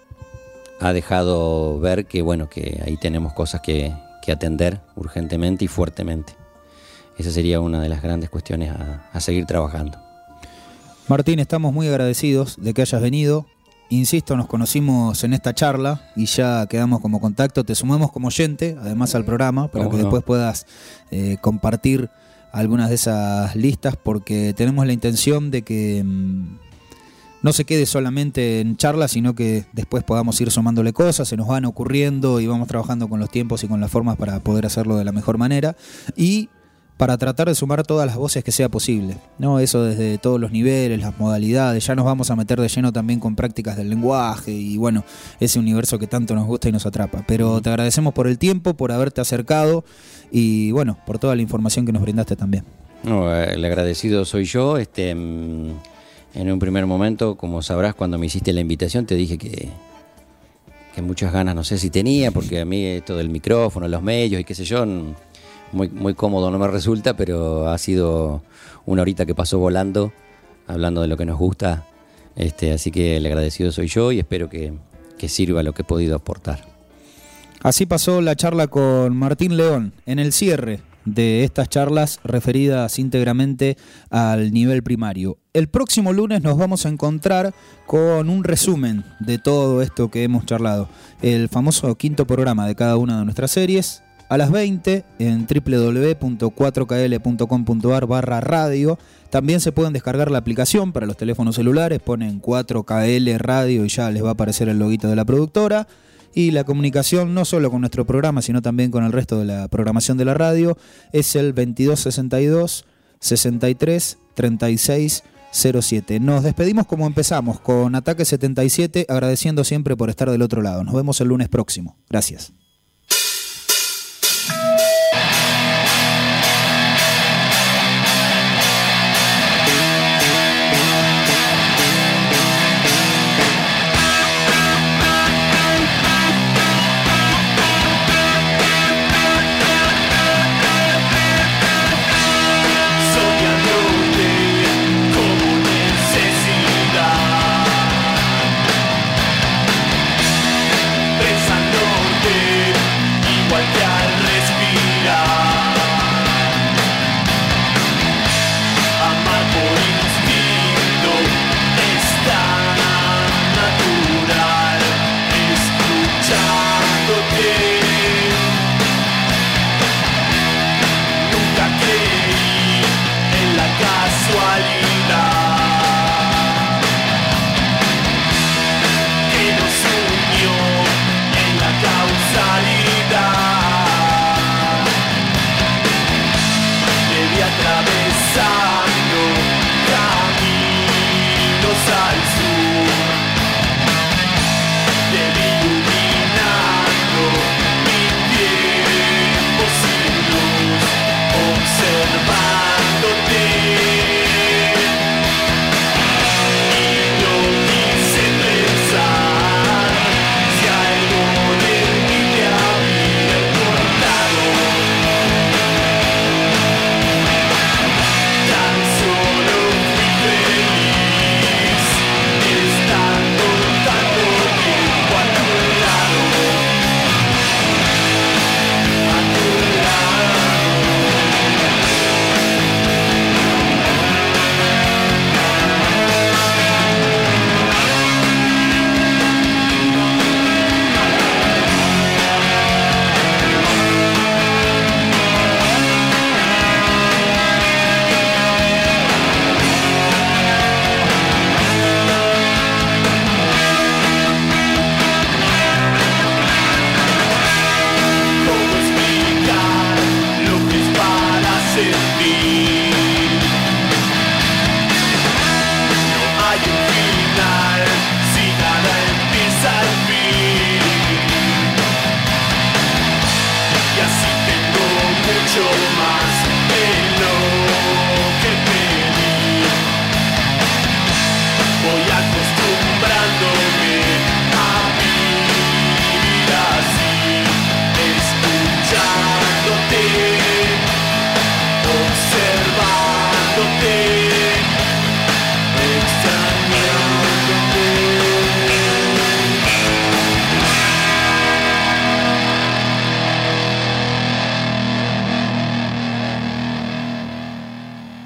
ha dejado ver que bueno, que ahí tenemos cosas que, que atender urgentemente y fuertemente. Esa sería una de las grandes cuestiones a, a seguir trabajando. Martín, estamos muy agradecidos de que hayas venido. Insisto, nos conocimos en esta charla y ya quedamos como contacto. Te sumamos como oyente, además al programa, para que no? después puedas eh, compartir algunas de esas listas, porque tenemos la intención de que mmm, no se quede solamente en charlas, sino que después podamos ir sumándole cosas, se nos van ocurriendo y vamos trabajando con los tiempos y con las formas para poder hacerlo de la mejor manera y para tratar de sumar todas las voces que sea posible, ¿no? Eso desde todos los niveles, las modalidades. Ya nos vamos a meter de lleno también con prácticas del lenguaje y bueno, ese universo que tanto nos gusta y nos atrapa. Pero te agradecemos por el tiempo, por haberte acercado y bueno, por toda la información que nos brindaste también. No, el agradecido soy yo. Este, en un primer momento, como sabrás, cuando me hiciste la invitación te dije que, que muchas ganas no sé si tenía, porque a mí esto del micrófono, los medios y qué sé yo, muy, muy cómodo no me resulta, pero ha sido una horita que pasó volando, hablando de lo que nos gusta. Este, así que el agradecido soy yo y espero que, que sirva lo que he podido aportar. Así pasó la charla con Martín León en el cierre de estas charlas referidas íntegramente al nivel primario. El próximo lunes nos vamos a encontrar con un resumen de todo esto que hemos charlado. El famoso quinto programa de cada una de nuestras series, a las veinte en doble u doble u doble u punto cuatro k l punto com punto a r barra radio. También se pueden descargar la aplicación para los teléfonos celulares, ponen cuatro K L Radio y ya les va a aparecer el loguito de la productora. Y la comunicación, no solo con nuestro programa, sino también con el resto de la programación de la radio, es el veintidós sesenta y dos, sesenta y tres, treinta y seis cero siete. Nos despedimos como empezamos, con Ataque setenta y siete, agradeciendo siempre por estar del otro lado. Nos vemos el lunes próximo. Gracias.